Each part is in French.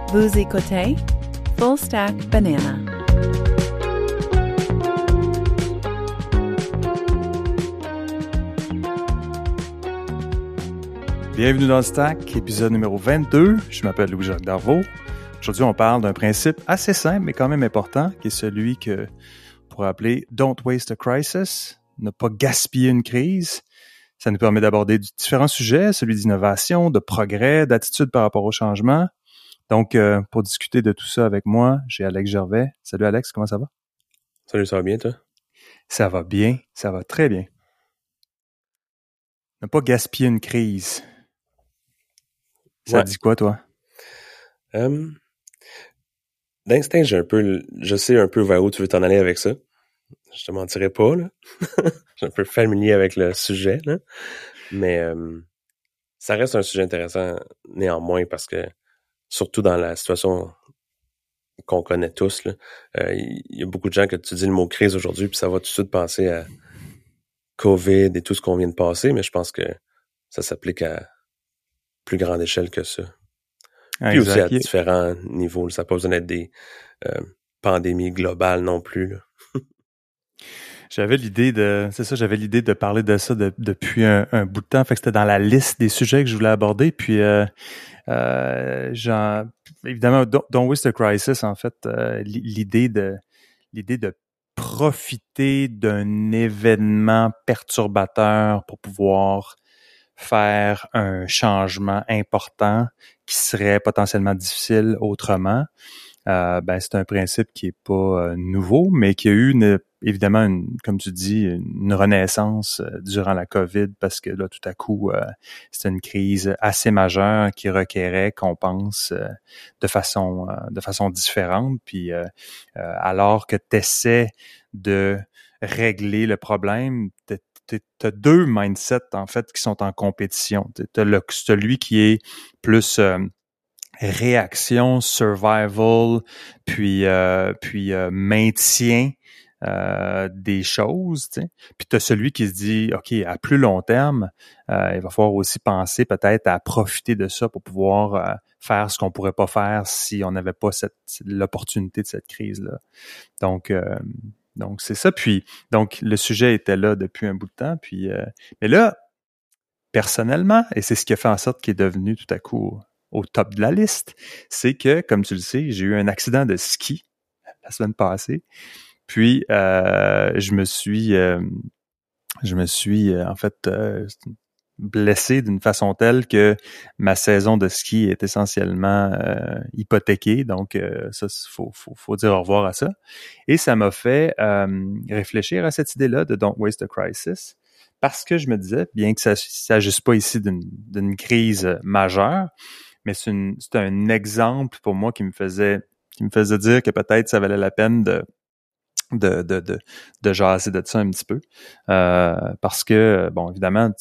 Vous écoutez Full Stack Banana. Bienvenue dans le Stack, épisode numéro 22. Je m'appelle Louis-Jacques Darvaux. Aujourd'hui, on parle d'un principe assez simple, mais quand même important, qui est celui que on pourrait appeler « Don't waste a crisis », ne pas gaspiller une crise. Ça nous permet d'aborder différents sujets, celui d'innovation, de progrès, d'attitude par rapport au changement. Donc, pour discuter de tout ça avec moi, j'ai Alex Gervais. Salut Alex, comment ça va? Salut, ça va bien, toi? Ça va bien, ça va très bien. Ne pas gaspiller une crise. Ça dit quoi, toi? D'instinct, je sais un peu vers où tu veux t'en aller avec ça. Je te mentirais pas, là. Je suis un peu familier avec le sujet, là. Mais ça reste un sujet intéressant néanmoins parce que, surtout dans la situation qu'on connaît tous, là, il y a beaucoup de gens que tu dis le mot crise aujourd'hui, puis ça va tout de suite penser à COVID et tout ce qu'on vient de passer, mais je pense que ça s'applique à plus grande échelle que ça. Puis aussi à différents niveaux. Ça n'a pas besoin d'être des pandémies globales non plus, là. J'avais l'idée de parler de ça depuis un bout de temps. Fait que c'était dans la liste des sujets que je voulais aborder. Puis, évidemment, Don't Waste a Crisis, en fait, l'idée de profiter d'un événement perturbateur pour pouvoir faire un changement important qui serait potentiellement difficile autrement. C'est un principe qui est pas nouveau, mais qui a eu évidemment, comme tu dis, une renaissance durant la COVID parce que là, tout à coup, c'était une crise assez majeure qui requérait qu'on pense de façon différente. Puis, alors que tu essaies de régler le problème, t'as deux mindsets, en fait, qui sont en compétition. T'as celui qui est plus réaction, survival, puis maintien des choses, tu sais. Puis t'as celui qui se dit, OK, à plus long terme, il va falloir aussi penser peut-être à profiter de ça pour pouvoir faire ce qu'on pourrait pas faire si on n'avait pas l'opportunité de cette crise-là. Donc c'est ça. Puis, donc, le sujet était là depuis un bout de temps. Puis, mais là, personnellement, et c'est ce qui a fait en sorte qu'il est devenu tout à coup au top de la liste, c'est que, comme tu le sais, j'ai eu un accident de ski la semaine passée. Puis, je me suis en fait blessé d'une façon telle que ma saison de ski est essentiellement hypothéquée. Donc, ça, faut dire au revoir à ça. Et ça m'a fait réfléchir à cette idée-là de Don't Waste a Crisis, parce que je me disais, bien que ça ne s'agisse pas ici d'une crise majeure, mais c'est un exemple pour moi qui me faisait dire que peut-être ça valait la peine de jaser de ça un petit peu, parce que bon, évidemment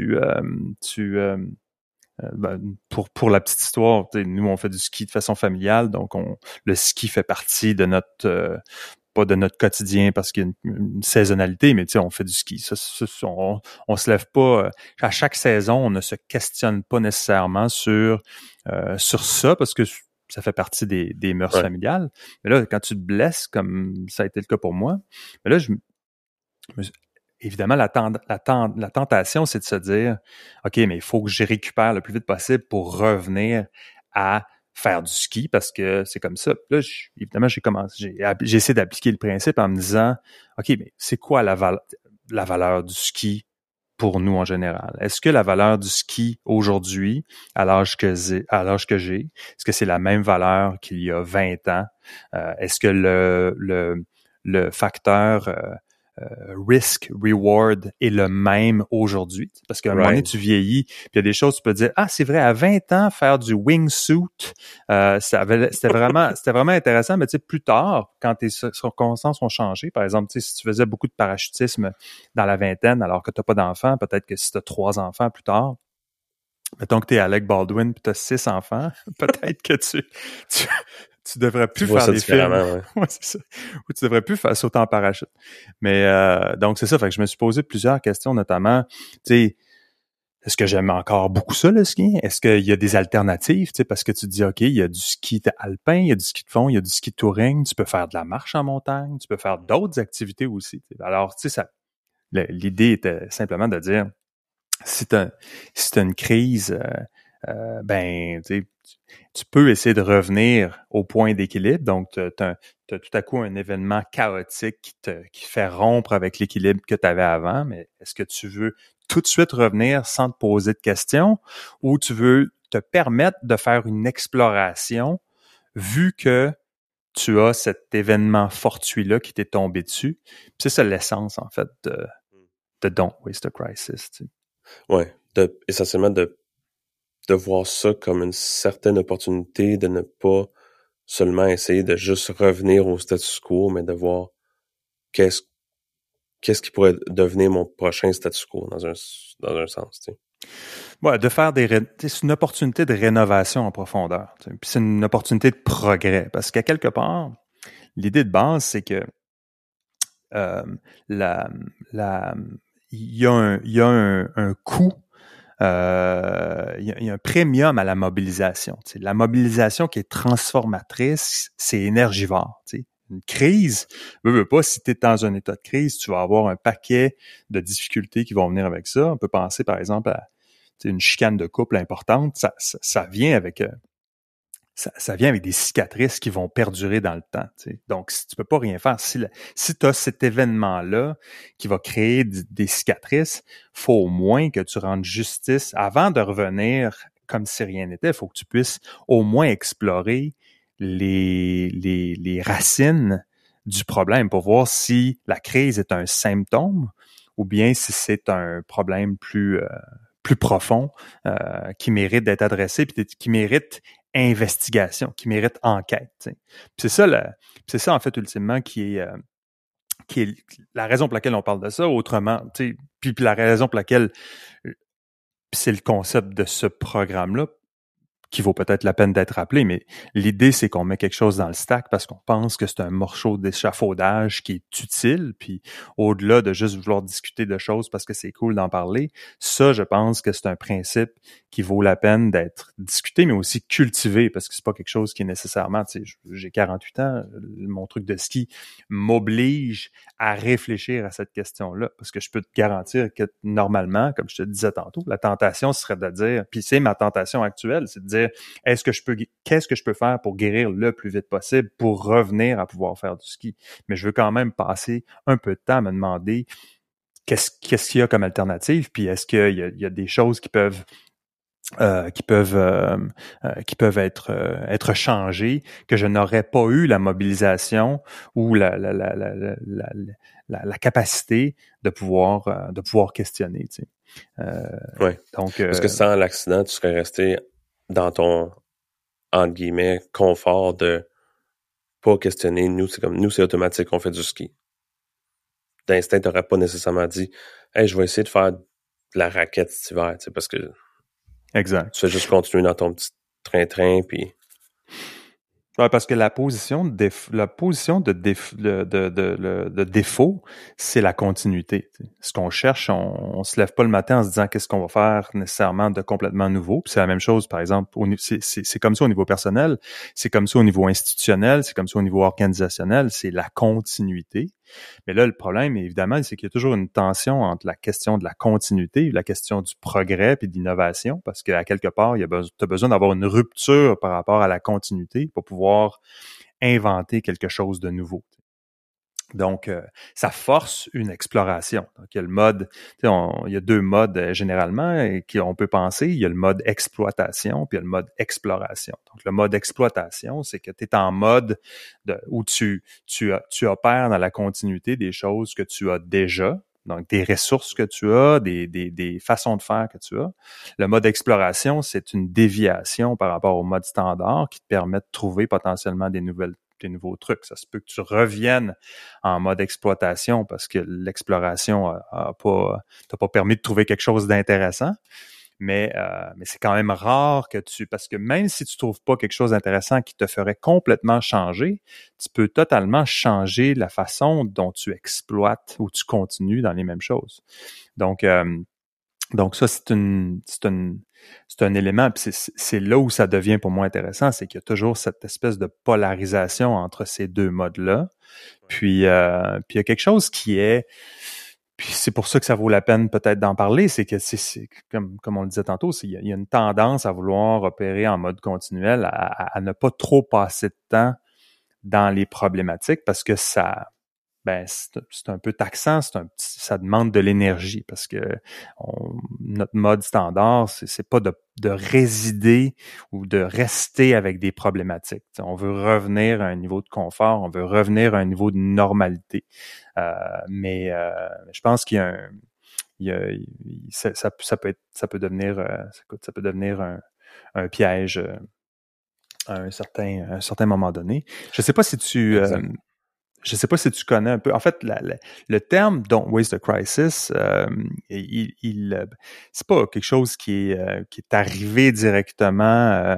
pour la petite histoire, nous on fait du ski de façon familiale, donc le ski fait partie de notre pas de notre quotidien parce qu'il y a une saisonnalité, mais tu sais, on fait du ski. On se lève pas à chaque saison, on ne se questionne pas nécessairement sur ça parce que ça fait partie des mœurs familiales. Mais là, quand tu te blesses, comme ça a été le cas pour moi, mais là, évidemment, la tentation, c'est de se dire, OK, mais il faut que je récupère le plus vite possible pour revenir à faire du ski parce que c'est comme ça. Là, évidemment, j'ai essayé d'appliquer le principe en me disant, OK, mais c'est quoi la valeur du ski pour nous en général? Est-ce que la valeur du ski aujourd'hui, à l'âge que j'ai, est-ce que c'est la même valeur qu'il y a 20 ans? Est-ce que le facteur risk-reward est le même aujourd'hui? Parce qu'à un moment donné, tu vieillis, puis il y a des choses, tu peux dire, c'est vrai, à 20 ans, faire du wingsuit, c'était vraiment intéressant, mais tu sais, plus tard, quand tes circonstances ont changé, par exemple, tu sais, si tu faisais beaucoup de parachutisme dans la vingtaine, alors que tu n'as pas d'enfants, peut-être que si tu as 3 enfants plus tard, mettons que tu es Alec Baldwin puis tu as 6 enfants, peut-être que tu devrais plus faire des films. Ouais, c'est ça. Ou tu devrais plus sauter en parachute. Mais donc c'est ça, fait que je me suis posé plusieurs questions, notamment, tu sais, est-ce que j'aime encore beaucoup ça, le ski? Est-ce qu'il y a des alternatives, tu sais, parce que tu te dis, OK, il y a du ski alpin, il y a du ski de fond, il y a du ski de touring, tu peux faire de la marche en montagne, tu peux faire d'autres activités aussi. T'sais. Alors, tu sais, l'idée était simplement de dire, si t'as une crise, ben, tu peux essayer de revenir au point d'équilibre. Donc, t'as tout à coup un événement chaotique qui fait rompre avec l'équilibre que tu avais avant, mais est-ce que tu veux tout de suite revenir sans te poser de questions ou tu veux te permettre de faire une exploration vu que tu as cet événement fortuit-là qui t'est tombé dessus? Puis c'est ça l'essence, en fait, de Don't Waste a Crisis. Tu sais. Ouais, essentiellement de voir ça comme une certaine opportunité, de ne pas seulement essayer de juste revenir au status quo, mais de voir qu'est-ce qui pourrait devenir mon prochain status quo dans un sens, tu sais. Ouais, de faire c'est une opportunité de rénovation en profondeur. Tu sais. Puis c'est une opportunité de progrès. Parce qu'à quelque part, l'idée de base, c'est que il y a un coût. Il y a un premium à la mobilisation. Tu sais. La mobilisation qui est transformatrice, c'est énergivore. Tu sais. Une crise, veux pas, si tu es dans un état de crise, tu vas avoir un paquet de difficultés qui vont venir avec ça. On peut penser, par exemple, à une chicane de couple importante. Ça vient avec ça vient avec des cicatrices qui vont perdurer dans le temps. Tu sais. Donc, si tu peux pas rien faire, si tu as cet événement-là qui va créer des cicatrices, faut au moins que tu rendes justice avant de revenir comme si rien n'était. Il faut que tu puisses au moins explorer les racines du problème pour voir si la crise est un symptôme ou bien si c'est un problème plus profond qui mérite d'être adressé puis qui mérite investigation, qui mérite enquête. T'sais. Puis c'est ça en fait ultimement qui est la raison pour laquelle on parle de ça. Autrement, puis la raison pour laquelle c'est le concept de ce programme-là qui vaut peut-être la peine d'être rappelé, mais l'idée, c'est qu'on met quelque chose dans le stack parce qu'on pense que c'est un morceau d'échafaudage qui est utile, puis au-delà de juste vouloir discuter de choses parce que c'est cool d'en parler, ça, je pense que c'est un principe qui vaut la peine d'être discuté, mais aussi cultivé, parce que c'est pas quelque chose qui est nécessairement, tu sais, j'ai 48 ans, mon truc de ski m'oblige à réfléchir à cette question-là, parce que je peux te garantir que normalement, comme je te disais tantôt, la tentation serait de dire, puis c'est ma tentation actuelle, c'est de dire, qu'est-ce que je peux faire pour guérir le plus vite possible pour revenir à pouvoir faire du ski? Mais je veux quand même passer un peu de temps à me demander qu'est-ce qu'il y a comme alternative, puis est-ce qu'il y a des choses qui peuvent être changées, que je n'aurais pas eu la mobilisation ou la capacité de pouvoir questionner. Tu sais. Ouais. Donc, parce que sans l'accident, tu serais resté dans ton, entre guillemets, confort de pas questionner. Nous, c'est automatique, on fait du ski. D'instinct, t'aurais pas nécessairement dit, hey, je vais essayer de faire de la raquette cet hiver, tu sais, parce que exact. Tu fais juste continuer dans ton petit train-train, puis... Ouais, parce que la position de défaut, c'est la continuité. Ce qu'on cherche, on se lève pas le matin en se disant qu'est-ce qu'on va faire nécessairement de complètement nouveau. Puis c'est la même chose, par exemple, c'est comme ça au niveau personnel, c'est comme ça au niveau institutionnel, c'est comme ça au niveau organisationnel, c'est la continuité. Mais là, le problème, évidemment, c'est qu'il y a toujours une tension entre la question de la continuité, la question du progrès puis de l'innovation, parce qu'à quelque part, tu as besoin d'avoir une rupture par rapport à la continuité pour pouvoir inventer quelque chose de nouveau. Donc, ça force une exploration. Donc, il y a le mode, il y a deux modes généralement qu'on peut penser. Il y a le mode exploitation, puis il y a le mode exploration. Donc, le mode exploitation, c'est que tu es en mode où tu opères dans la continuité des choses que tu as déjà, donc des ressources que tu as, des façons de faire que tu as. Le mode exploration, c'est une déviation par rapport au mode standard qui te permet de trouver potentiellement des nouveaux trucs. Ça se peut que tu reviennes en mode exploitation parce que l'exploration t'a pas permis de trouver quelque chose d'intéressant. Mais c'est quand même rare parce que même si tu trouves pas quelque chose d'intéressant qui te ferait complètement changer, tu peux totalement changer la façon dont tu exploites ou tu continues dans les mêmes choses. Donc, Donc ça, c'est un élément, puis c'est là où ça devient pour moi intéressant, c'est qu'il y a toujours cette espèce de polarisation entre ces deux modes-là. Puis il y a quelque chose qui est, puis c'est pour ça que ça vaut la peine peut-être d'en parler, c'est que c'est comme on le disait tantôt, il y a une tendance à vouloir opérer en mode continuel, à ne pas trop passer de temps dans les problématiques parce que ça, ben c'est un peu taxant, ça demande de l'énergie parce que notre mode standard, c'est pas de résider ou de rester avec des problématiques. T'sais, on veut revenir à un niveau de confort, on veut revenir à un niveau de normalité. Mais je pense qu'il y a ça peut devenir un piège à un certain moment donné. Je sais pas si tu connais un peu. En fait, le terme "Don't waste a crisis", c'est pas quelque chose qui est arrivé directement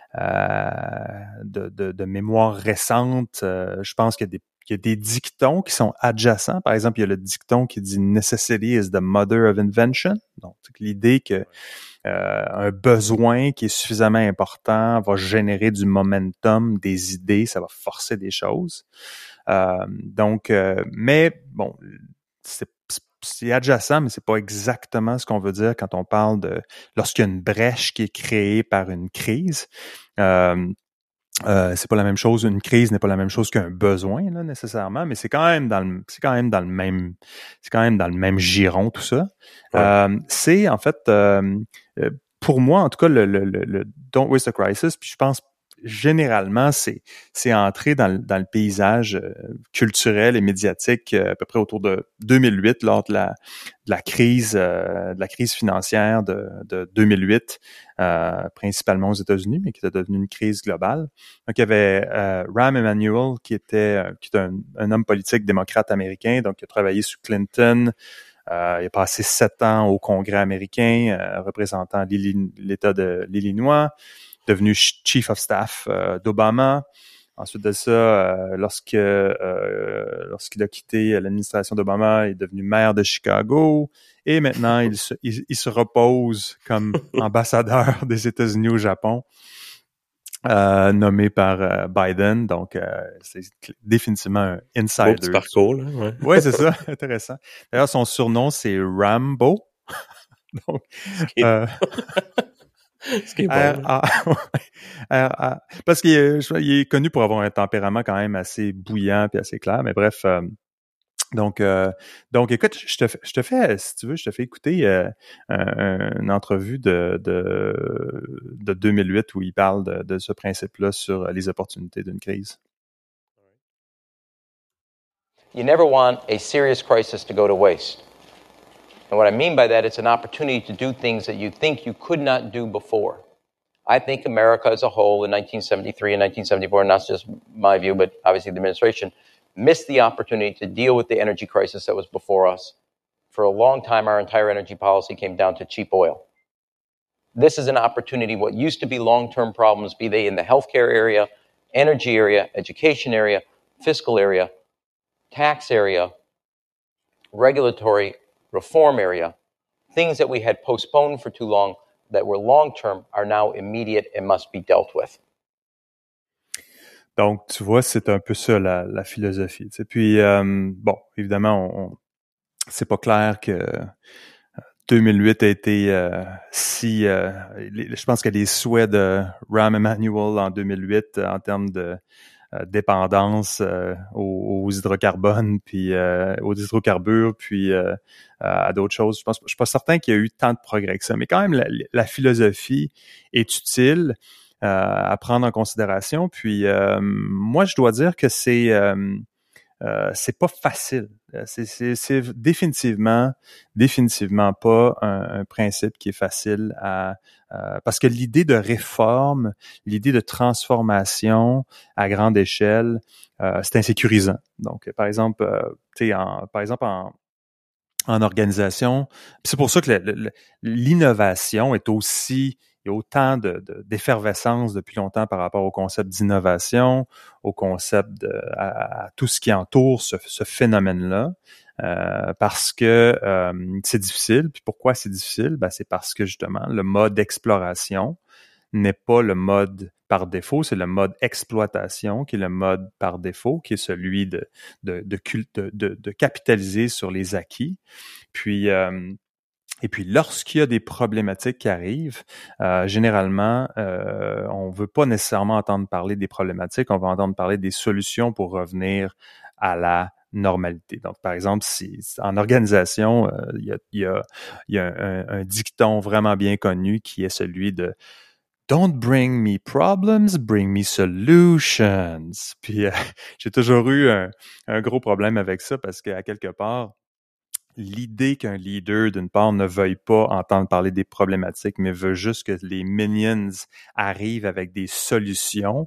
de mémoire récente. Je pense qu'il y a des dictons qui sont adjacents. Par exemple, il y a le dicton qui dit "Necessity is the mother of invention". Donc, l'idée que un besoin qui est suffisamment important va générer du momentum, des idées, ça va forcer des choses. Mais bon, c'est adjacent, mais c'est pas exactement ce qu'on veut dire quand on parle de lorsqu'il y a une brèche qui est créée par une crise. C'est pas la même chose. Une crise n'est pas la même chose qu'un besoin là nécessairement, mais c'est quand même dans le même giron tout ça. Ouais. C'est en fait pour moi en tout cas le Don't Waste a Crisis. Puis je pense généralement c'est entré dans le paysage culturel et médiatique à peu près autour de 2008 lors de la crise financière de 2008 principalement aux États-Unis mais qui est devenue une crise globale. Donc il y avait Rahm Emanuel qui est un homme politique démocrate américain, donc il a travaillé sous Clinton. Il a passé 7 ans au Congrès américain représentant l'État de l'Illinois, devenu Chief of Staff d'Obama. Ensuite de ça, lorsqu'il a quitté l'administration d'Obama, il est devenu maire de Chicago. Et maintenant, il se repose comme ambassadeur des États-Unis au Japon, nommé par Biden. Donc, c'est définitivement un insider. Beau petit parcours, là. Ouais. Ouais, c'est ça. Intéressant. D'ailleurs, son surnom, c'est Rambo. Donc, ce qui est bon. Parce qu'il est connu pour avoir un tempérament quand même assez bouillant puis assez clair, mais bref. Donc écoute, je te fais, si tu veux, je te fais écouter une entrevue de 2008 où il parle de ce principe-là sur les opportunités d'une crise. You never want a serious crisis to go to waste. And what I mean by that, it's an opportunity to do things that you think you could not do before. I think America as a whole in 1973 and 1974, and that's just my view, but obviously the administration, missed the opportunity to deal with the energy crisis that was before us. For a long time, our entire energy policy came down to cheap oil. This is an opportunity, what used to be long-term problems, be they in the healthcare area, energy area, education area, fiscal area, tax area, regulatory reform area, things that we had postponed for too long that were long-term are now immediate and must be dealt with. Donc, tu vois, c'est un peu ça la philosophie. Tu sais. Puis, bon, évidemment, c'est pas clair que 2008 a été je pense que les souhaits de Rahm Emanuel en 2008 en termes de dépendance aux hydrocarbones, puis aux hydrocarbures, puis à d'autres choses. Je suis pas certain qu'il y a eu tant de progrès que ça, mais quand même, la philosophie est utile à prendre en considération. Puis moi, je dois dire que c'est pas facile. C'est définitivement pas un principe qui est facile parce que l'idée de réforme, l'idée de transformation à grande échelle, c'est insécurisant. Donc, par exemple, en organisation, c'est pour ça que l'innovation est aussi il y a autant d'effervescence depuis longtemps par rapport au concept d'innovation, au concept à tout ce qui entoure ce phénomène-là. parce que c'est difficile. Puis pourquoi c'est difficile? Ben, c'est parce que justement, le mode exploration n'est pas le mode par défaut, c'est le mode exploitation qui est le mode par défaut, qui est celui de capitaliser sur les acquis. Puis et puis, lorsqu'il y a des problématiques qui arrivent, généralement, on veut pas nécessairement entendre parler des problématiques, on va entendre parler des solutions pour revenir à la normalité. Donc, par exemple, si en organisation, il y a un dicton vraiment bien connu qui est celui de Don't bring me problems, bring me solutions. Puis, j'ai toujours eu un gros problème avec ça parce qu'à quelque part, l'idée qu'un leader, d'une part, ne veuille pas entendre parler des problématiques, mais veut juste que les minions arrivent avec des solutions,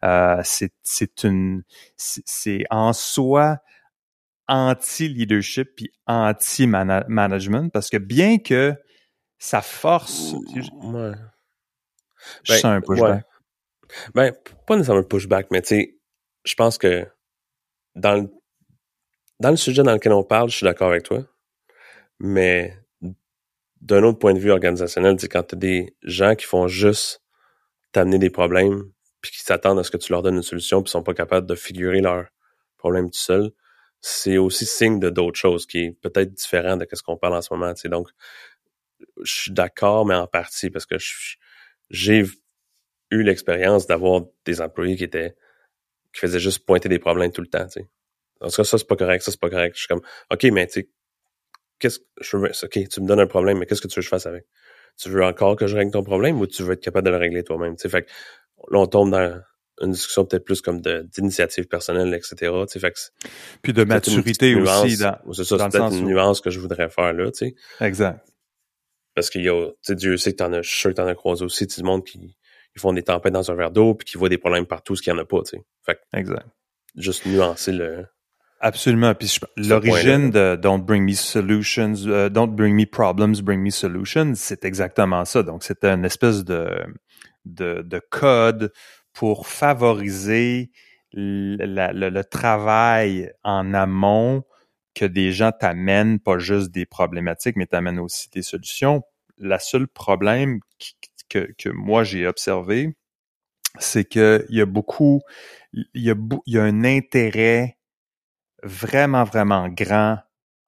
c'est en soi anti-leadership puis anti-management, parce que bien que ça force... Ouais. Je sens un pushback. Ouais. Pas nécessairement un pushback, mais tu sais, je pense que dans le sujet dans lequel on parle, je suis d'accord avec toi. Mais d'un autre point de vue organisationnel, c'est quand tu as des gens qui font juste t'amener des problèmes puis qui s'attendent à ce que tu leur donnes une solution puis sont pas capables de figurer leurs problèmes tout seuls, c'est aussi signe de d'autres choses qui est peut-être différent de ce qu'on parle en ce moment. T'sais. Donc, je suis d'accord, mais en partie parce que j'ai eu l'expérience d'avoir des employés qui faisaient juste pointer des problèmes tout le temps. T'sais. En tout cas, ça, c'est pas correct, ça, c'est pas correct. Je suis comme, OK, mais tu sais, OK, tu me donnes un problème, mais qu'est-ce que tu veux que je fasse avec? Tu veux encore que je règle ton problème ou tu veux être capable de le régler toi-même? T'sais, fait que là, on tombe dans une discussion peut-être plus comme d'initiative personnelle, etc. T'sais, fait que puis de maturité aussi. C'est ça, c'est peut-être une nuance que je voudrais faire là. T'sais. Exact. Parce qu'il y a, tu sais, Dieu sait que je suis sûr que t'en as croisé aussi, du monde qui ils font des tempêtes dans un verre d'eau puis qui voient des problèmes partout, ce qu'il n'y en a pas. T'sais. Fait que, exact. Juste nuancer le... Absolument. Puis l'origine de Don't Bring Me Solutions, Don't Bring Me Problems, Bring Me Solutions, c'est exactement ça. Donc, c'était une espèce de code pour favoriser le travail en amont, que des gens t'amènent pas juste des problématiques, mais t'amènent aussi des solutions. Le seul problème que moi j'ai observé, c'est que il y a un intérêt vraiment, vraiment grand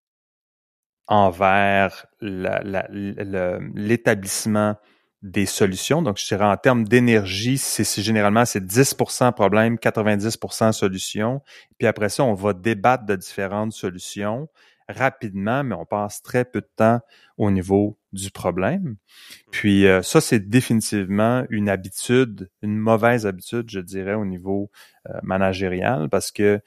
envers l'établissement des solutions. Donc, je dirais en termes d'énergie, généralement, c'est 10% problème, 90% solution. Puis après ça, on va débattre de différentes solutions rapidement, mais on passe très peu de temps au niveau du problème. Puis ça, c'est définitivement une mauvaise habitude, je dirais, au niveau managérial, parce que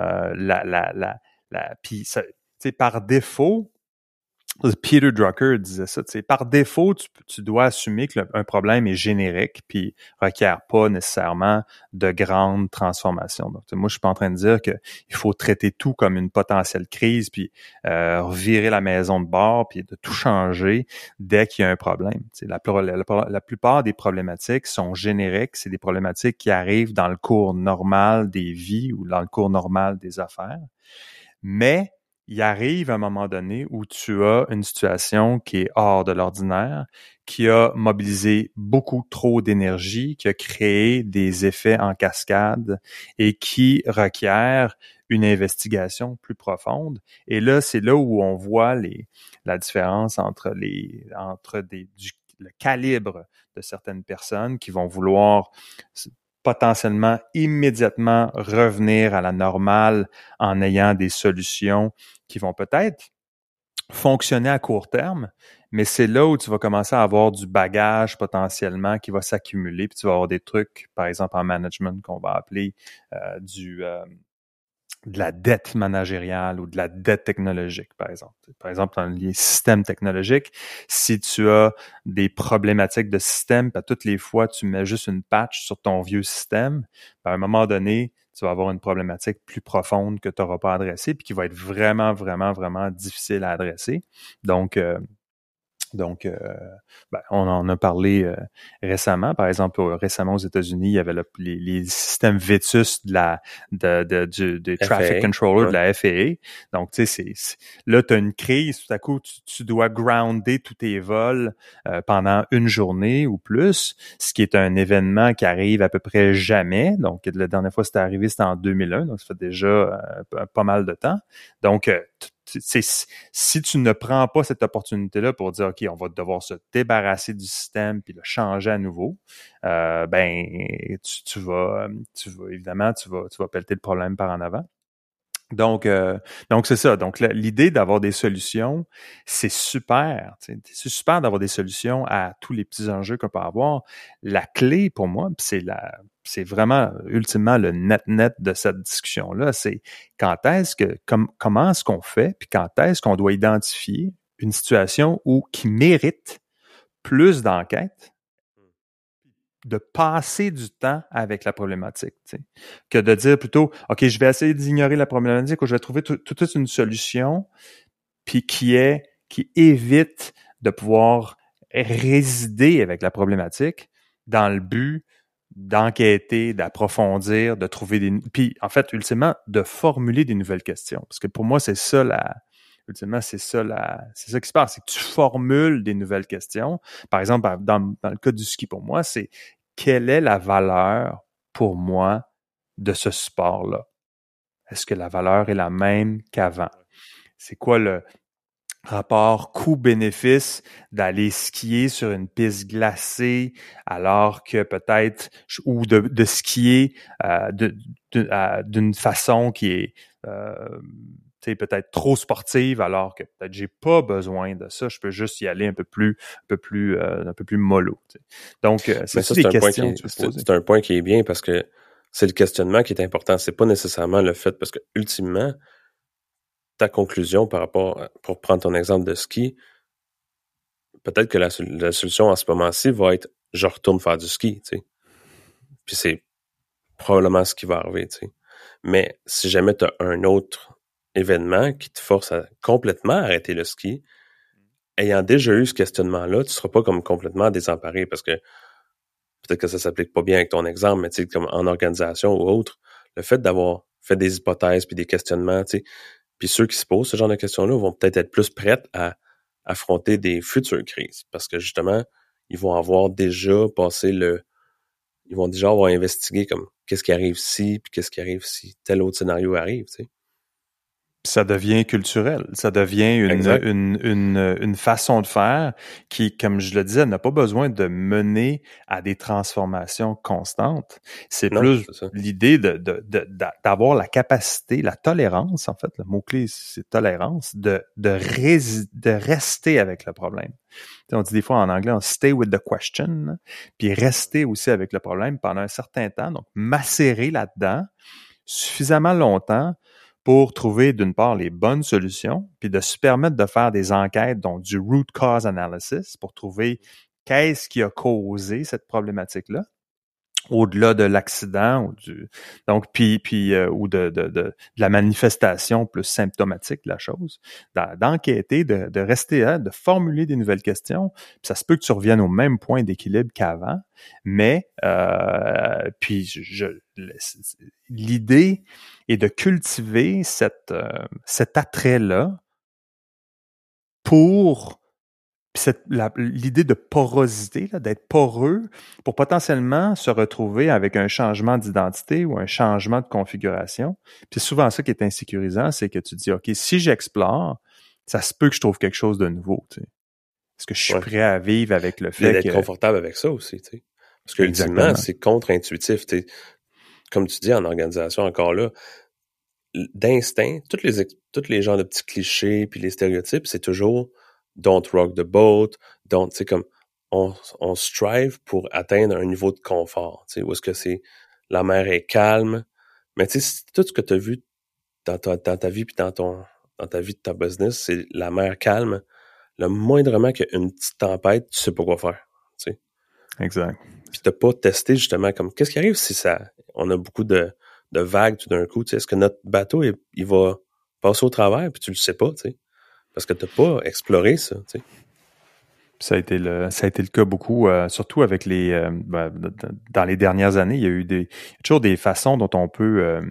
puis par défaut, Peter Drucker disait ça, par défaut, tu dois assumer que un problème est générique puis requiert pas nécessairement de grandes transformations. Donc, moi, je suis pas en train de dire que il faut traiter tout comme une potentielle crise puis revirer la maison de bord puis de tout changer dès qu'il y a un problème. La plupart des problématiques sont génériques, c'est des problématiques qui arrivent dans le cours normal des vies ou dans le cours normal des affaires. Mais il arrive à un moment donné où tu as une situation qui est hors de l'ordinaire, qui a mobilisé beaucoup trop d'énergie, qui a créé des effets en cascade et qui requiert une investigation plus profonde. Et là, c'est là où on voit la différence entre le calibre de certaines personnes qui vont vouloir potentiellement immédiatement revenir à la normale en ayant des solutions qui vont peut-être fonctionner à court terme, mais c'est là où tu vas commencer à avoir du bagage potentiellement qui va s'accumuler, puis tu vas avoir des trucs, par exemple en management, qu'on va appeler de la dette managériale ou de la dette technologique, par exemple. Par exemple, dans les systèmes technologiques, si tu as des problématiques de système, puis toutes les fois, tu mets juste une patch sur ton vieux système, à un moment donné, tu vas avoir une problématique plus profonde que tu n'auras pas adressée, puis qui va être vraiment, vraiment, vraiment difficile à adresser. Donc, Donc, on en a parlé récemment. Par exemple, récemment aux États-Unis, il y avait les systèmes Vetus du Traffic Controller de la FAA. Donc, tu sais, là, tu as une crise, tout à coup, tu dois grounder tous tes vols pendant une journée ou plus, ce qui est un événement qui arrive à peu près jamais. Donc, la dernière fois c'était arrivé, c'était en 2001, donc ça fait déjà pas mal de temps. Donc, si tu ne prends pas cette opportunité-là pour dire, OK, on va devoir se débarrasser du système puis le changer à nouveau, tu vas évidemment, tu vas pelleter le problème par en avant. Donc c'est ça. Donc, l'idée d'avoir des solutions, c'est super. C'est super d'avoir des solutions à tous les petits enjeux qu'on peut avoir. La clé pour moi, c'est vraiment ultimement le net de cette discussion-là, c'est comment est-ce qu'on fait, puis quand est-ce qu'on doit identifier une situation qui mérite plus d'enquête, de passer du temps avec la problématique, que de dire plutôt, OK, je vais essayer d'ignorer la problématique ou je vais trouver toute une solution puis qui évite de pouvoir résider avec la problématique dans le but d'enquêter, d'approfondir, de trouver puis en fait, ultimement, de formuler des nouvelles questions. Parce que pour moi, c'est ça qui se passe, c'est que tu formules des nouvelles questions. Par exemple, dans le cas du ski, pour moi, c'est quelle est la valeur pour moi de ce sport-là? Est-ce que la valeur est la même qu'avant? C'est quoi le rapport coût-bénéfice d'aller skier sur une piste glacée alors que peut-être, ou de skier d'une façon qui est peut-être trop sportive alors que peut-être j'ai pas besoin de ça, je peux juste y aller un peu plus mollo. T'sais. Donc c'est des questions que tu peux se poser. C'est un point qui est bien parce que c'est le questionnement qui est important, c'est pas nécessairement le fait parce que ultimement ta conclusion par rapport pour prendre ton exemple de ski, peut-être que la solution en ce moment-ci va être je retourne faire du ski, tu sais. Puis c'est probablement ce qui va arriver, tu sais. Mais si jamais tu as un autre événement qui te force à complètement arrêter le ski, ayant déjà eu ce questionnement-là, tu seras pas comme complètement désemparé parce que peut-être que ça s'applique pas bien avec ton exemple, mais tu sais, comme en organisation ou autre, le fait d'avoir fait des hypothèses puis des questionnements, tu sais, puis ceux qui se posent ce genre de questions-là vont peut-être être plus prêts à affronter des futures crises parce que justement, ils vont avoir déjà passé ils vont déjà avoir investigué comme qu'est-ce qui arrive si, puis qu'est-ce qui arrive si tel autre scénario arrive, tu sais. Ça devient culturel, ça devient une façon de faire qui, comme je le disais, n'a pas besoin de mener à des transformations constantes. C'est plus l'idée d'avoir la capacité, la tolérance, en fait, le mot-clé, c'est tolérance, de rester avec le problème. T'sais, on dit des fois en anglais, on stay with the question, puis rester aussi avec le problème pendant un certain temps, donc macérer là-dedans suffisamment longtemps pour trouver, d'une part, les bonnes solutions, puis de se permettre de faire des enquêtes, donc du root cause analysis, pour trouver qu'est-ce qui a causé cette problématique-là, au-delà de l'accident, ou ou de la manifestation plus symptomatique de la chose, d'enquêter, de rester là, de formuler des nouvelles questions. Puis ça se peut que tu reviennes au même point d'équilibre qu'avant, mais l'idée est de cultiver cet attrait-là pour l'idée de porosité, là, d'être poreux pour potentiellement se retrouver avec un changement d'identité ou un changement de configuration. Puis c'est souvent ça qui est insécurisant, c'est que tu te dis, OK, si j'explore, ça se peut que je trouve quelque chose de nouveau. Tu sais. Est-ce que je suis prêt à vivre avec le fait d'être confortable avec ça aussi, tu sais. Parce que ultimement, c'est contre-intuitif. Tu sais. Comme tu dis en organisation encore là, d'instinct, tous les genres de petits clichés puis les stéréotypes, c'est toujours don't rock the boat, tu sais, comme, on strive pour atteindre un niveau de confort, tu sais, où est-ce que c'est, la mer est calme, mais tu sais, tout ce que tu as vu dans ta vie puis dans ta vie de ta business, c'est la mer calme, le moindrement qu'il y a une petite tempête, tu sais pas quoi faire, tu sais. Exact. Puis t'as pas testé justement comme, qu'est-ce qui arrive si on a beaucoup de vagues tout d'un coup, tu sais, est-ce que notre bateau, il va passer au travers puis tu le sais pas, tu sais. Parce que t'as pas exploré ça, tu sais. Ça a été le cas beaucoup, surtout avec dans les dernières années, il y a toujours des façons dont on peut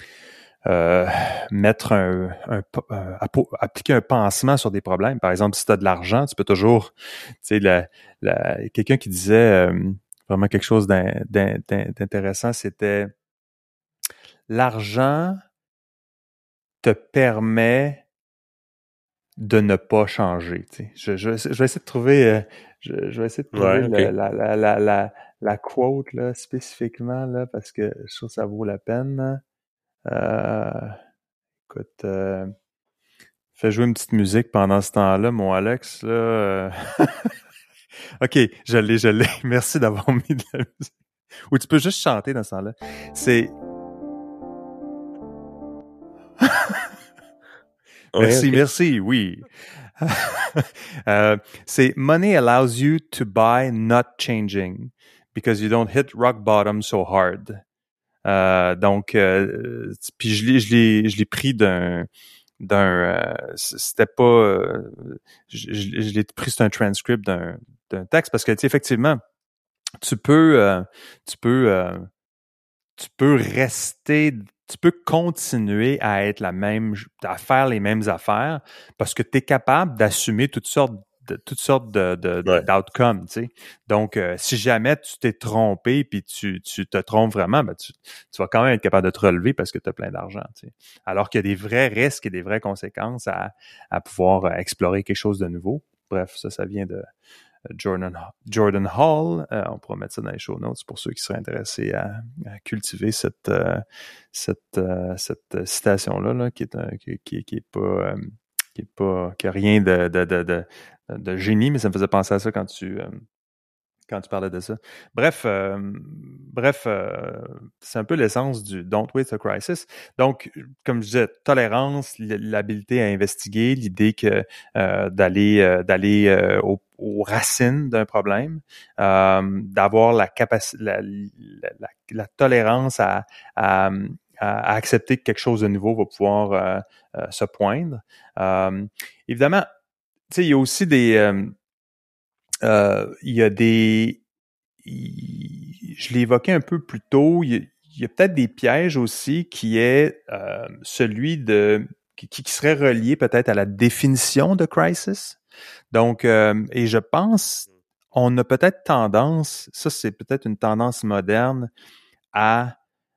mettre appliquer un pansement sur des problèmes. Par exemple, si tu as de l'argent, tu peux toujours, tu sais, quelqu'un qui disait vraiment quelque chose d'intéressant, c'était l'argent te permet de ne pas changer. Tu sais. Je vais essayer de trouver, je vais essayer de trouver okay. la quote là spécifiquement là parce que je trouve que ça vaut la peine. Écoute, fais jouer une petite musique pendant ce temps-là, mon Alex là. Ok, je l'ai. Merci d'avoir mis de la musique. Ou tu peux juste chanter dans ce temps-là. C'est Merci, oui. C'est Money allows you to buy not changing because you don't hit rock bottom so hard. Donc, puis je l'ai pris c'était pas, je l'ai pris c'est un transcript d'un texte parce que tu sais, effectivement, tu peux continuer à être à faire les mêmes affaires parce que tu es capable d'assumer toutes sortes d'outcomes, tu sais. Donc, si jamais tu t'es trompé puis tu te trompes vraiment, ben tu vas quand même être capable de te relever parce que tu as plein d'argent, tu sais. Alors qu'il y a des vrais risques et des vraies conséquences à pouvoir explorer quelque chose de nouveau. Bref, ça vient de Jordan Hall. On pourra mettre ça dans les show notes pour ceux qui seraient intéressés à cultiver cette citation-là, là, qui a rien de génie, mais ça me faisait penser à ça quand tu parlais de ça. Bref, c'est un peu l'essence du Don't Wait a Crisis. Donc, comme je disais, tolérance, l'habilité à investiguer, l'idée que d'aller aux racines d'un problème, d'avoir la capacité, la tolérance à accepter que quelque chose de nouveau va pouvoir se poindre. Évidemment, tu sais, il y a aussi je l'ai évoqué un peu plus tôt, il y a peut-être des pièges aussi qui est celui qui serait relié peut-être à la définition de crisis. Donc, et je pense, on a peut-être tendance, ça c'est peut-être une tendance moderne à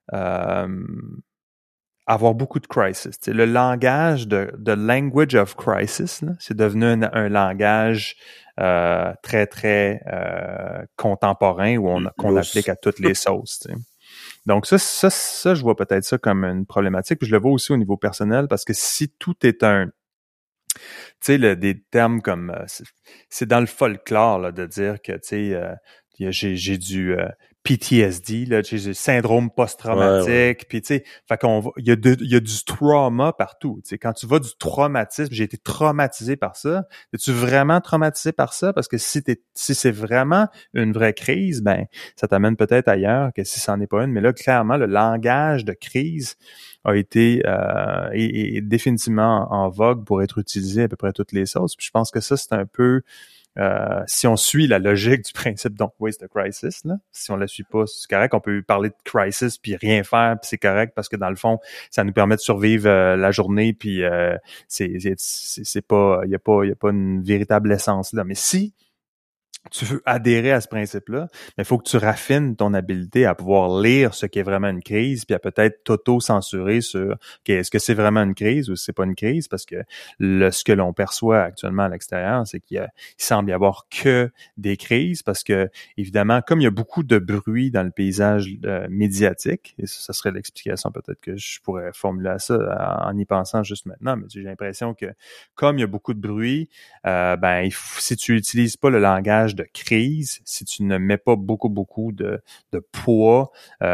avoir beaucoup de crisis. T'sais, le langage de language of crisis, là, c'est devenu un langage très, très contemporain qu'on applique à toutes les sauces. T'sais. Donc ça, je vois peut-être ça comme une problématique. Puis je le vois aussi au niveau personnel parce que si tout est tu sais, des termes comme c'est dans le folklore là, de dire que tu sais j'ai du PTSD là, j'ai du syndrome post-traumatique, puis tu sais, fait il y a du trauma partout, tu sais, quand tu vas du traumatisme, j'ai été traumatisé par ça, es-tu vraiment traumatisé par ça parce que si c'est vraiment une vraie crise, ben ça t'amène peut-être ailleurs que si ça n'en est pas une, mais là clairement le langage de crise a été est définitivement en vogue pour être utilisé à peu près toutes les sauces. Puis je pense que ça, c'est un peu si on suit la logique du principe Don't Waste a Crisis, là, si on la suit pas, c'est correct, on peut parler de crisis puis rien faire, puis c'est correct parce que dans le fond, ça nous permet de survivre la journée, puis c'est pas, il y a pas une véritable essence là. Mais si tu veux adhérer à ce principe-là, mais il faut que tu raffines ton habileté à pouvoir lire ce qui est vraiment une crise, puis à peut-être t'auto-censurer sur okay, est-ce que c'est vraiment une crise ou c'est pas une crise, parce que ce que l'on perçoit actuellement à l'extérieur, c'est qu'il semble y avoir que des crises, parce que évidemment, comme il y a beaucoup de bruit dans le paysage médiatique, et ça serait l'explication peut-être que je pourrais formuler à ça en y pensant juste maintenant, mais j'ai l'impression que comme il y a beaucoup de bruit, si tu utilises pas le langage de crise, si tu ne mets pas beaucoup de poids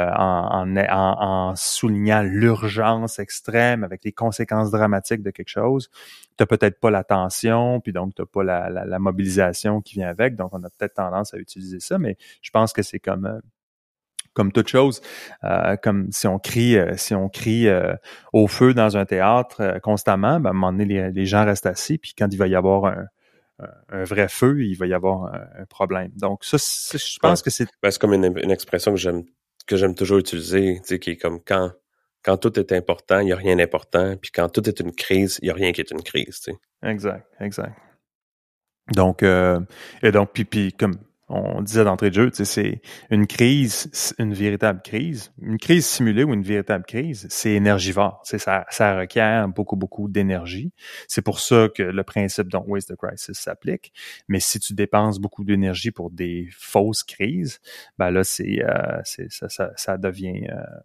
en soulignant l'urgence extrême avec les conséquences dramatiques de quelque chose, t'as peut-être pas l'attention, puis donc t'as pas la mobilisation qui vient avec, donc on a peut-être tendance à utiliser ça, mais je pense que c'est comme toute chose, comme si on crie au feu dans un théâtre constamment, ben, à un moment donné, les gens restent assis, puis quand il va y avoir un vrai feu, il va y avoir un problème. Donc ça, je pense que c'est... Ben, c'est comme une expression que j'aime toujours utiliser, tu sais, qui est comme quand tout est important, il n'y a rien d'important, puis quand tout est une crise, il n'y a rien qui est une crise, tu sais. Exact. Donc, et donc, puis comme on disait d'entrée de jeu, tu sais, c'est une crise, une véritable crise. Une crise simulée ou une véritable crise, c'est énergivore. Tu sais, ça requiert beaucoup d'énergie. C'est pour ça que le principe Don't Waste the Crisis s'applique. Mais si tu dépenses beaucoup d'énergie pour des fausses crises, ben là, ça devient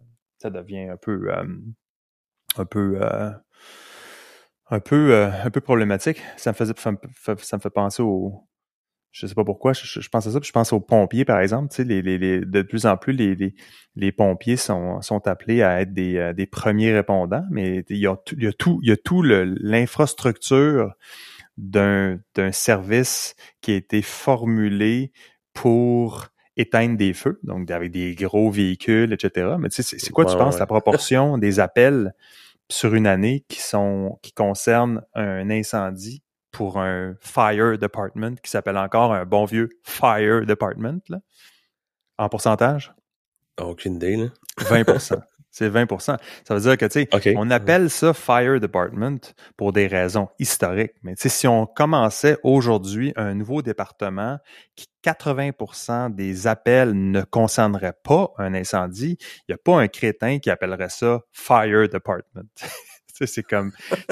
un peu problématique. Ça me fait penser je sais pas pourquoi, je pense à ça, puis je pense aux pompiers, par exemple. Tu sais, de plus en plus, les pompiers sont appelés à être des premiers répondants, mais il y a tout l'infrastructure d'un service qui a été formulé pour éteindre des feux, donc avec des gros véhicules, etc. Mais tu sais, c'est quoi, tu penses, la proportion des appels sur une année qui concernent un incendie pour un fire department qui s'appelle encore un bon vieux fire department, là, en pourcentage? Aucune idée, là. 20%. C'est 20%. Ça veut dire que, tu sais, on appelle ça fire department pour des raisons historiques. Mais tu sais, si on commençait aujourd'hui un nouveau département qui 80% des appels ne concerneraient pas un incendie, il n'y a pas un crétin qui appellerait ça fire department. C'est comme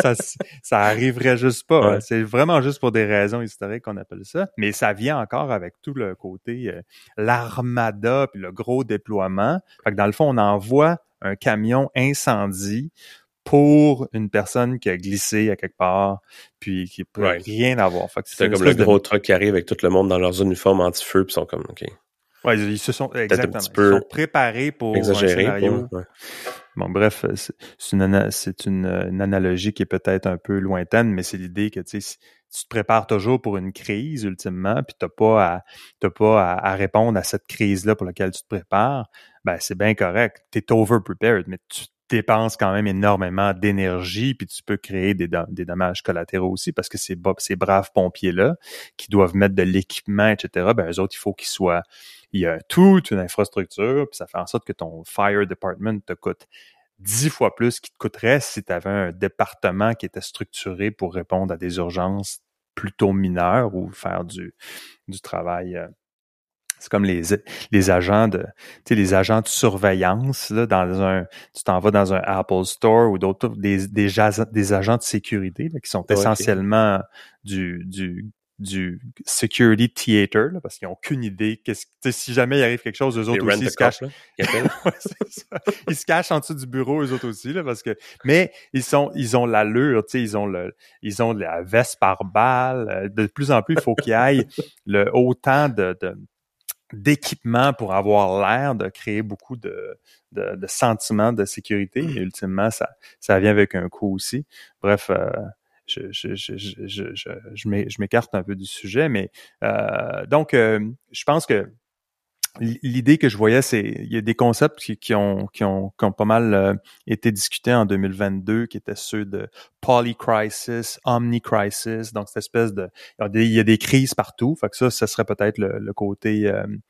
ça arriverait juste pas. Ouais. Hein. C'est vraiment juste pour des raisons historiques qu'on appelle ça. Mais ça vient encore avec tout le côté l'armada puis le gros déploiement. Fait que dans le fond, on envoie un camion incendie pour une personne qui a glissé à quelque part puis qui peut rien avoir. Fait que c'est comme le gros truck qui arrive avec tout le monde dans leurs uniformes anti-feu puis sont comme OK. Ouais, ils se sont exactement. Ils sont préparés pour exagéré, un scénario. Bon, bref, c'est une analogie qui est peut-être un peu lointaine, mais c'est l'idée que tu sais, tu te prépares toujours pour une crise ultimement, puis t'as pas à répondre à cette crise-là pour laquelle tu te prépares. Ben c'est bien correct. T'es over prepared, mais tu dépenses quand même énormément d'énergie, puis tu peux créer des dommages collatéraux aussi, parce que ces braves pompiers-là qui doivent mettre de l'équipement, etc., ben eux autres, il y a toute une infrastructure, puis ça fait en sorte que ton fire department te coûte 10 fois plus qu'il te coûterait si tu avais un département qui était structuré pour répondre à des urgences plutôt mineures ou faire du travail. C'est comme les agents de, tu sais, les agents de surveillance là, tu t'en vas dans un Apple Store ou d'autres des agents de sécurité là, qui sont essentiellement du security theater, là, parce qu'ils n'ont aucune idée si jamais il arrive quelque chose, eux autres aussi ils se cachent. Là, ils se cachent en dessous du bureau, eux autres aussi, là, mais ils ont l'allure, tu sais, ils ont la veste par balle. De plus en plus, il faut qu'il y aille autant d'équipement pour avoir l'air de créer beaucoup de sentiments de sécurité, mais ultimement, ça vient avec un coût aussi. Bref, je m'écarte un peu du sujet, mais donc je pense que l'idée que je voyais, c'est il y a des concepts qui ont pas mal été discutés en 2022, qui étaient ceux de polycrisis, omnicrisis, donc cette espèce de il y a des crises partout, fait que ça serait peut-être le côté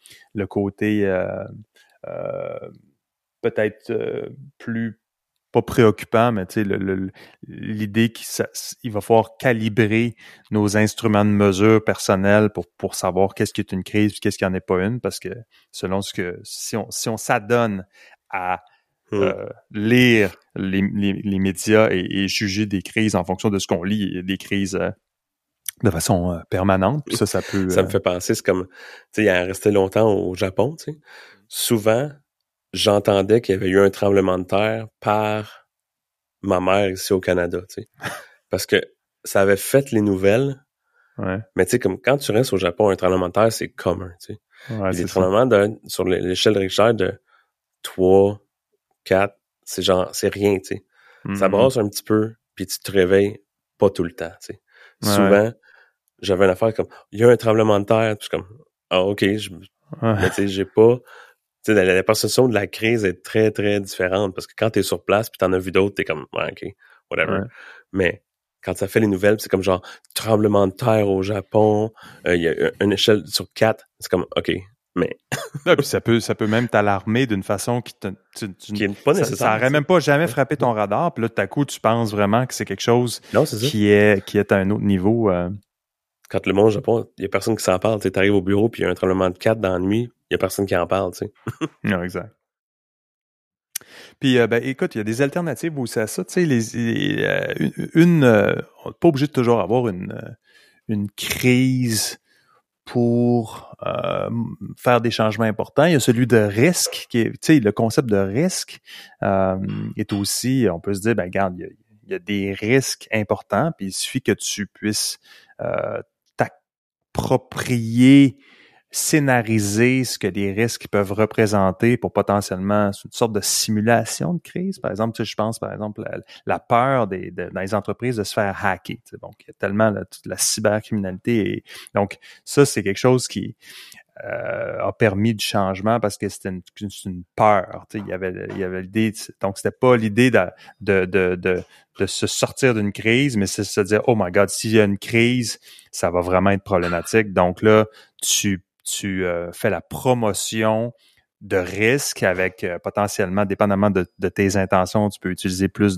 peut-être plus pas préoccupant, mais tu sais, l'idée qu'il va falloir calibrer nos instruments de mesure personnels pour savoir qu'est-ce qui est une crise et qu'est-ce qui en est pas une, parce que selon si on s'adonne à lire les médias et juger des crises en fonction de ce qu'on lit, des crises de façon permanente, puis ça peut... Ça me fait penser, c'est comme, tu sais, il a resté longtemps au Japon, tu sais, souvent... J'entendais qu'il y avait eu un tremblement de terre par ma mère ici au Canada, tu sais. Parce que ça avait fait les nouvelles. Ouais. Mais tu sais, comme quand tu restes au Japon, un tremblement de terre, c'est commun, tu sais. Ouais, des tremblements sur l'échelle de Richter de 3, 4, c'est rien, tu sais. Mm-hmm. Ça brasse un petit peu, puis tu te réveilles pas tout le temps, tu sais. Ouais. Souvent, j'avais une affaire comme, il y a un tremblement de terre, puis je suis comme, OK, mais tu sais, j'ai pas... Tu sais, la perception de la crise est très, très différente parce que quand t'es sur place puis t'en as vu d'autres, t'es comme, OK, whatever. Ouais. Mais quand ça fait les nouvelles, c'est comme genre tremblement de terre au Japon, il y a une échelle sur 4, c'est comme OK, mais là, puis ça peut même t'alarmer d'une façon qui qui est pas nécessaire. Ça aurait même pas jamais frappé ton radar, puis là tout à coup tu penses vraiment que c'est quelque chose qui est à un autre niveau. Quand le monde au Japon, il y a personne qui s'en parle, tu sais, t'arrives au bureau puis il y a un tremblement de 4 dans la nuit, il y a personne qui en parle, tu sais. Non, exact. Puis, écoute, il y a des alternatives aussi à ça. Tu sais, on n'est pas obligé de toujours avoir une crise pour faire des changements importants. Il y a celui de risque, qui est, tu sais, le concept de risque est aussi, on peut se dire, ben regarde, il y a des risques importants, puis il suffit que tu puisses t'approprier, scénariser ce que les risques peuvent représenter pour potentiellement une sorte de simulation de crise. Par exemple, tu sais, je pense par exemple la peur dans les entreprises de se faire hacker. Tu sais, donc, il y a tellement toute la cybercriminalité. Donc, ça, c'est quelque chose qui a permis du changement parce que c'était une peur. Tu sais, il y avait l'idée. Donc, c'était pas l'idée de se sortir d'une crise, mais c'est se dire, oh my God, s'il y a une crise, ça va vraiment être problématique. Donc là, tu fais la promotion de risque avec potentiellement, dépendamment de tes intentions, tu peux utiliser plus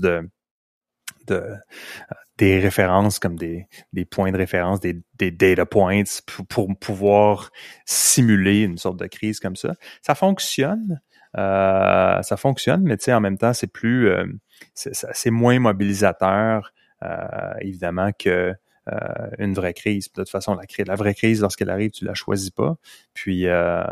des références comme des points de référence, des data points pour pouvoir simuler une sorte de crise comme ça. Ça fonctionne, mais tu sais, en même temps, c'est plus, c'est moins mobilisateur, évidemment, que une vraie crise. De toute façon, la vraie crise, lorsqu'elle arrive, tu la choisis pas. Puis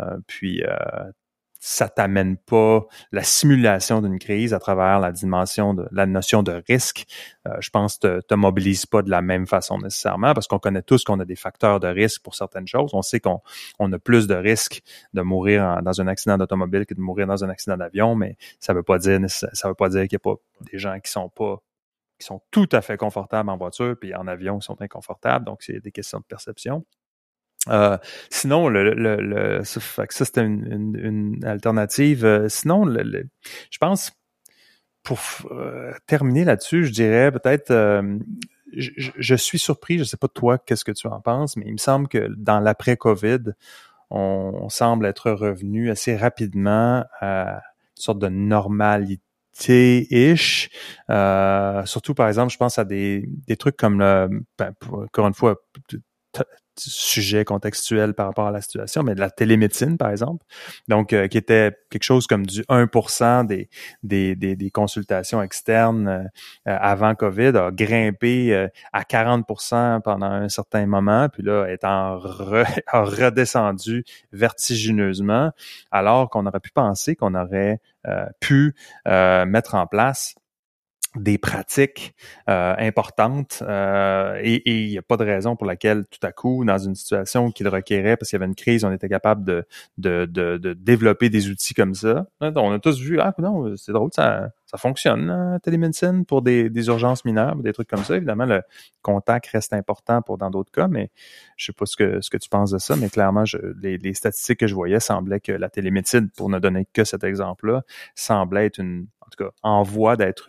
ça t'amène pas la simulation d'une crise à travers la notion de risque. Je pense te mobilise pas de la même façon nécessairement parce qu'on connaît tous qu'on a des facteurs de risque pour certaines choses. On sait qu'on a plus de risques de mourir dans un accident d'automobile que de mourir dans un accident d'avion, mais ça veut pas dire qu'il y a pas des gens qui sont tout à fait confortables en voiture, puis en avion, ils sont inconfortables. Donc, c'est des questions de perception. Sinon, ça c'était une alternative. Sinon, je pense, pour terminer là-dessus, je dirais peut-être, je suis surpris, je sais pas toi, qu'est-ce que tu en penses, mais il me semble que dans l'après-COVID, on semble être revenu assez rapidement à une sorte de normalité ish, surtout par exemple, je pense à des trucs comme encore une fois, sujet contextuel par rapport à la situation, mais de la télémédecine, par exemple. Donc, qui était quelque chose comme du 1% des consultations externes avant COVID, a grimpé à 40% pendant un certain moment, puis là, a redescendu vertigineusement, alors qu'on aurait pu penser qu'on aurait pu mettre en place des pratiques importantes et il n'y a pas de raison pour laquelle tout à coup, dans une situation qui le requérait, parce qu'il y avait une crise, on était capable de développer des outils comme ça. On a tous vu, non, c'est drôle, ça fonctionne, la télémédecine, pour des urgences mineures, des trucs comme ça. Évidemment, le contact reste important dans d'autres cas, mais je sais pas ce que tu penses de ça, mais clairement, les statistiques que je voyais semblaient que la télémédecine, pour ne donner que cet exemple-là, semblait être en tout cas, en voie d'être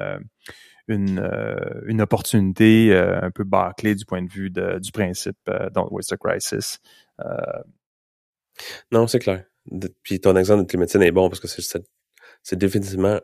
une opportunité un peu bâclée du point de vue du principe Don't Waste a Crisis. Non, c'est clair. Puis ton exemple de télémédecine est bon parce que c'est définitivement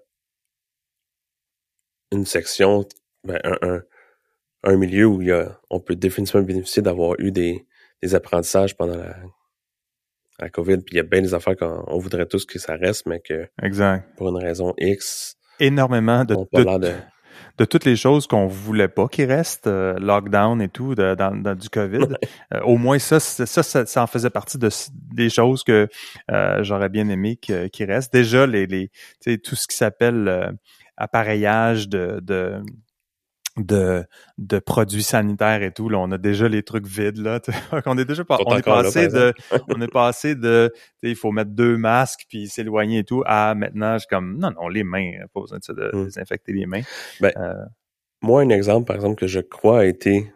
une section, un milieu où on peut définitivement bénéficier d'avoir eu des apprentissages pendant la COVID, puis il y a bien des affaires qu'on voudrait tous que ça reste, mais que exact. Pour une raison X, énormément de toutes les choses qu'on voulait pas qui restent, lockdown et tout, dans du COVID. Au moins, ça en faisait partie des choses que j'aurais bien aimé qui restent. Déjà, tu sais, tout ce qui s'appelle appareillage de produits sanitaires et tout, là, on a déjà les trucs vides, là. On est passé de il faut mettre 2 masques puis s'éloigner et tout, à maintenant, je suis comme, non, les mains, pas besoin de ça, de désinfecter les mains. Moi, un exemple, par exemple, que je crois a été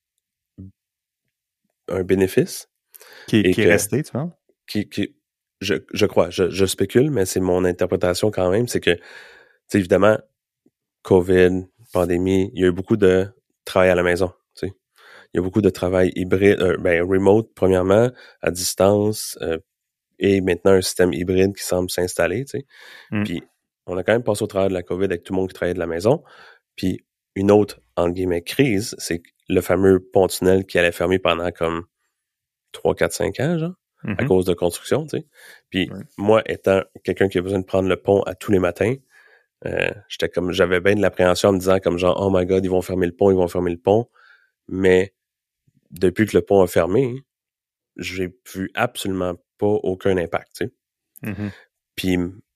un bénéfice. Qui est resté, tu vois? Je crois, je spécule, mais c'est mon interprétation quand même, c'est que, tu sais, évidemment, COVID, pandémie, il y a eu beaucoup de travail à la maison, tu sais. Il y a beaucoup de travail hybride, remote, premièrement, à distance, et maintenant un système hybride qui semble s'installer, tu sais. Puis, on a quand même passé au travers de la COVID avec tout le monde qui travaillait de la maison. Puis, une autre, entre guillemets, crise, c'est le fameux pont-tunnel qui allait fermer pendant comme 3, 4, 5 ans, genre, à cause de construction, tu sais. Puis, moi, étant quelqu'un qui a besoin de prendre le pont à tous les matins, j'avais bien de l'appréhension en me disant comme genre, oh my god, ils vont fermer le pont. Mais, depuis que le pont a fermé, j'ai vu absolument pas aucun impact, tu sais. Puis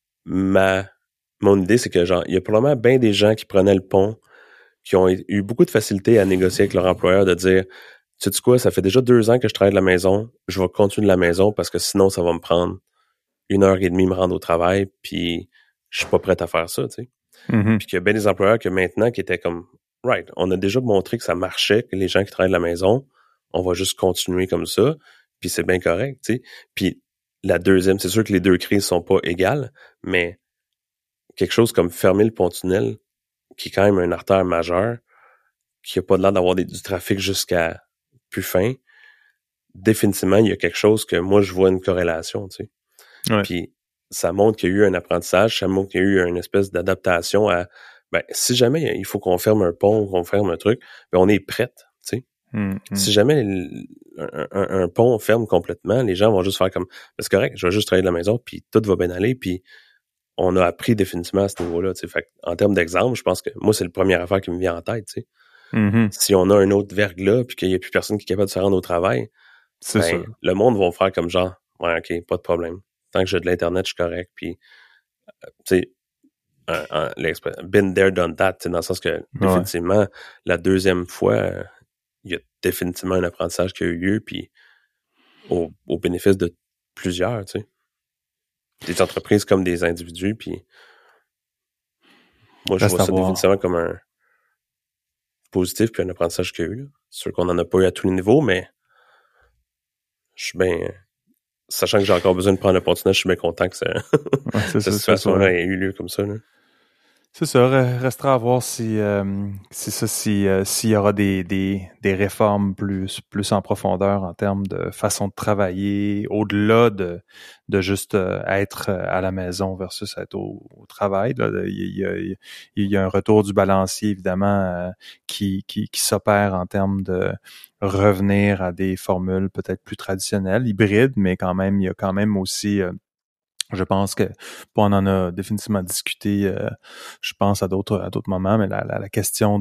mon idée, c'est que genre, il y a probablement bien des gens qui prenaient le pont, qui ont eu beaucoup de facilité à négocier avec leur employeur, de dire, tu sais quoi, ça fait déjà 2 ans que je travaille de la maison, je vais continuer de la maison parce que sinon, ça va me prendre 1h30 me rendre au travail, puis je suis pas prêt à faire ça, tu sais. Puis qu'il y a bien des employeurs que maintenant qui étaient comme, right, on a déjà montré que ça marchait, que les gens qui travaillent de la maison, on va juste continuer comme ça, puis c'est bien correct, tu sais. Puis la deuxième, c'est sûr que les deux crises sont pas égales, mais quelque chose comme fermer le pont-tunnel, qui est quand même une artère majeure, qui a pas l'air d'avoir du trafic jusqu'à plus fin, définitivement, il y a quelque chose que moi, je vois une corrélation, tu sais. Ouais. Puis ça montre qu'il y a eu un apprentissage, ça montre qu'il y a eu une espèce d'adaptation à, si jamais il faut qu'on ferme un pont, qu'on ferme un truc, on est prête, tu sais. Si jamais un pont ferme complètement, les gens vont juste faire comme, c'est correct, je vais juste travailler de la maison, puis tout va bien aller, puis on a appris définitivement à ce niveau-là, tu sais. Fait en termes d'exemple, je pense que moi, c'est la première affaire qui me vient en tête, tu sais. Si on a un autre verglas, puis qu'il n'y a plus personne qui est capable de se rendre au travail, le monde va faire comme genre, ouais, ok, pas de problème. Tant que j'ai de l'Internet, je suis correct, puis, tu sais, been there, done that, dans le sens que, définitivement, la deuxième fois, il y a définitivement un apprentissage qui a eu lieu, puis au bénéfice de plusieurs, tu sais. Des entreprises comme des individus, puis moi, je vois ça définitivement comme un positif, puis un apprentissage qu'il y a eu, là. C'est sûr qu'on n'en a pas eu à tous les niveaux, mais je suis bien... Sachant que j'ai encore besoin de prendre le pont-tunnel, je suis bien content que cette situation-là ait eu lieu comme ça, là. C'est ça, restera à voir s'il y aura des réformes plus en profondeur en termes de façon de travailler, au-delà de juste être à la maison versus être au travail. Là. Il y a un retour du balancier, évidemment, qui s'opère en termes de revenir à des formules peut-être plus traditionnelles, hybrides, mais quand même, il y a quand même aussi... je pense que on en a définitivement discuté, je pense à d'autres moments, mais la question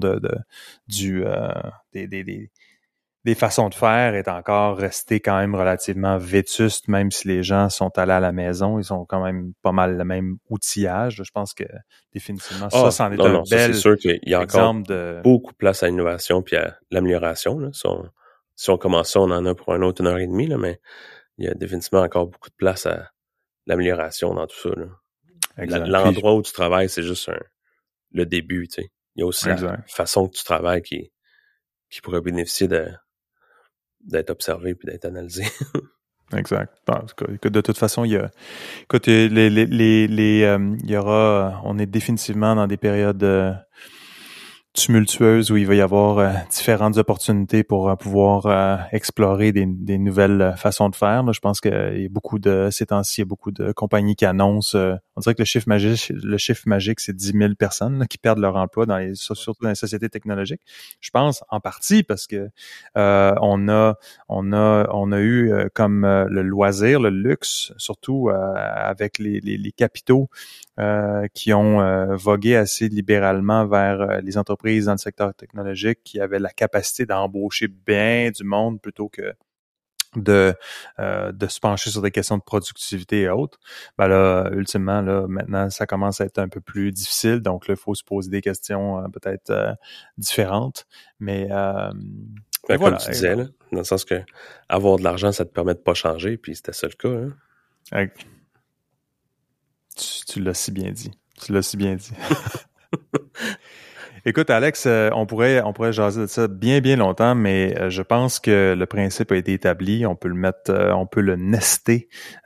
des façons de faire est encore restée quand même relativement vétuste, même si les gens sont allés à la maison, ils ont quand même pas mal le même outillage. Je pense que définitivement ça, c'en est un bel c'est sûr qu'il y a encore de beaucoup de place à l'innovation puis à l'amélioration, là. Si on commence ça, on en a pour un autre 1h30, là, mais il y a définitivement encore beaucoup de place à l'amélioration dans tout ça, là. L'endroit où tu travailles, c'est juste le début, tu sais. Il y a aussi la façon que tu travailles qui pourrait bénéficier d'être observé puis d'être analysé. Exact. Bon, écoute, de toute façon, il y a, écoute, il y aura, on est définitivement dans des périodes tumultueuse où il va y avoir différentes opportunités pour pouvoir explorer des nouvelles façons de faire. Là, je pense que il y a ces temps-ci, il y a beaucoup de compagnies qui annoncent, on dirait que le chiffre magique, c'est 10 000 personnes là, qui perdent leur emploi surtout dans les sociétés technologiques. Je pense en partie parce que on a eu comme le loisir, le luxe, surtout avec les capitaux qui ont vogué assez libéralement vers les entreprises dans le secteur technologique qui avaient la capacité d'embaucher bien du monde plutôt que de se pencher sur des questions de productivité et autres. Ben là, ultimement, là, maintenant, ça commence à être un peu plus difficile, donc là, il faut se poser des questions peut-être différentes. Mais comme tu disais, là, dans le sens que avoir de l'argent, ça te permet de pas changer, puis c'était ça le cas, hein? Tu l'as si bien dit. Tu l'as si bien dit. Écoute, Alex, on pourrait jaser de ça bien longtemps, mais je pense que le principe a été établi. On peut le mettre, on peut le nester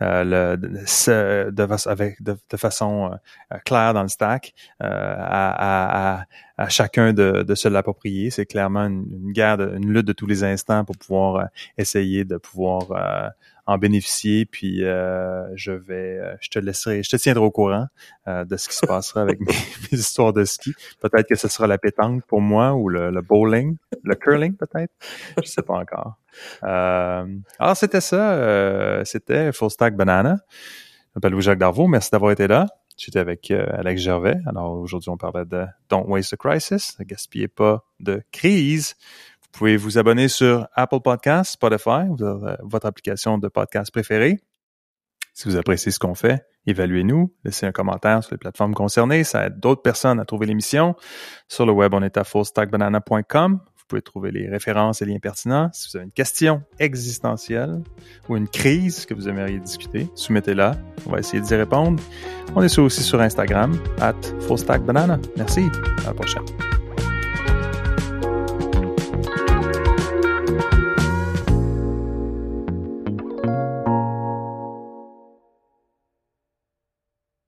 de façon claire dans le stack à chacun de se l'approprier. C'est clairement une guerre, une lutte de tous les instants pour pouvoir essayer de pouvoir en bénéficier, puis je te tiendrai au courant de ce qui se passera avec mes histoires de ski. Peut-être que ce sera la pétanque pour moi ou le bowling, le curling peut-être, je sais pas encore. Alors c'était ça, c'était Full Stack Banana. Je m'appelle Louis-Jacques Darvaux, merci d'avoir été là. J'étais avec Alex Gervais. Alors aujourd'hui on parlait de Don't Waste a Crisis, ne gaspillez pas de crise. Vous pouvez vous abonner sur Apple Podcasts, Spotify, votre application de podcast préférée. Si vous appréciez ce qu'on fait, évaluez-nous, laissez un commentaire sur les plateformes concernées. Ça aide d'autres personnes à trouver l'émission. Sur le web, on est à fullstackbanana.com. Vous pouvez trouver les références et liens pertinents. Si vous avez une question existentielle ou une crise que vous aimeriez discuter, soumettez-la. On va essayer d'y répondre. On est aussi sur Instagram, @fullstackbanana. Merci. À la prochaine.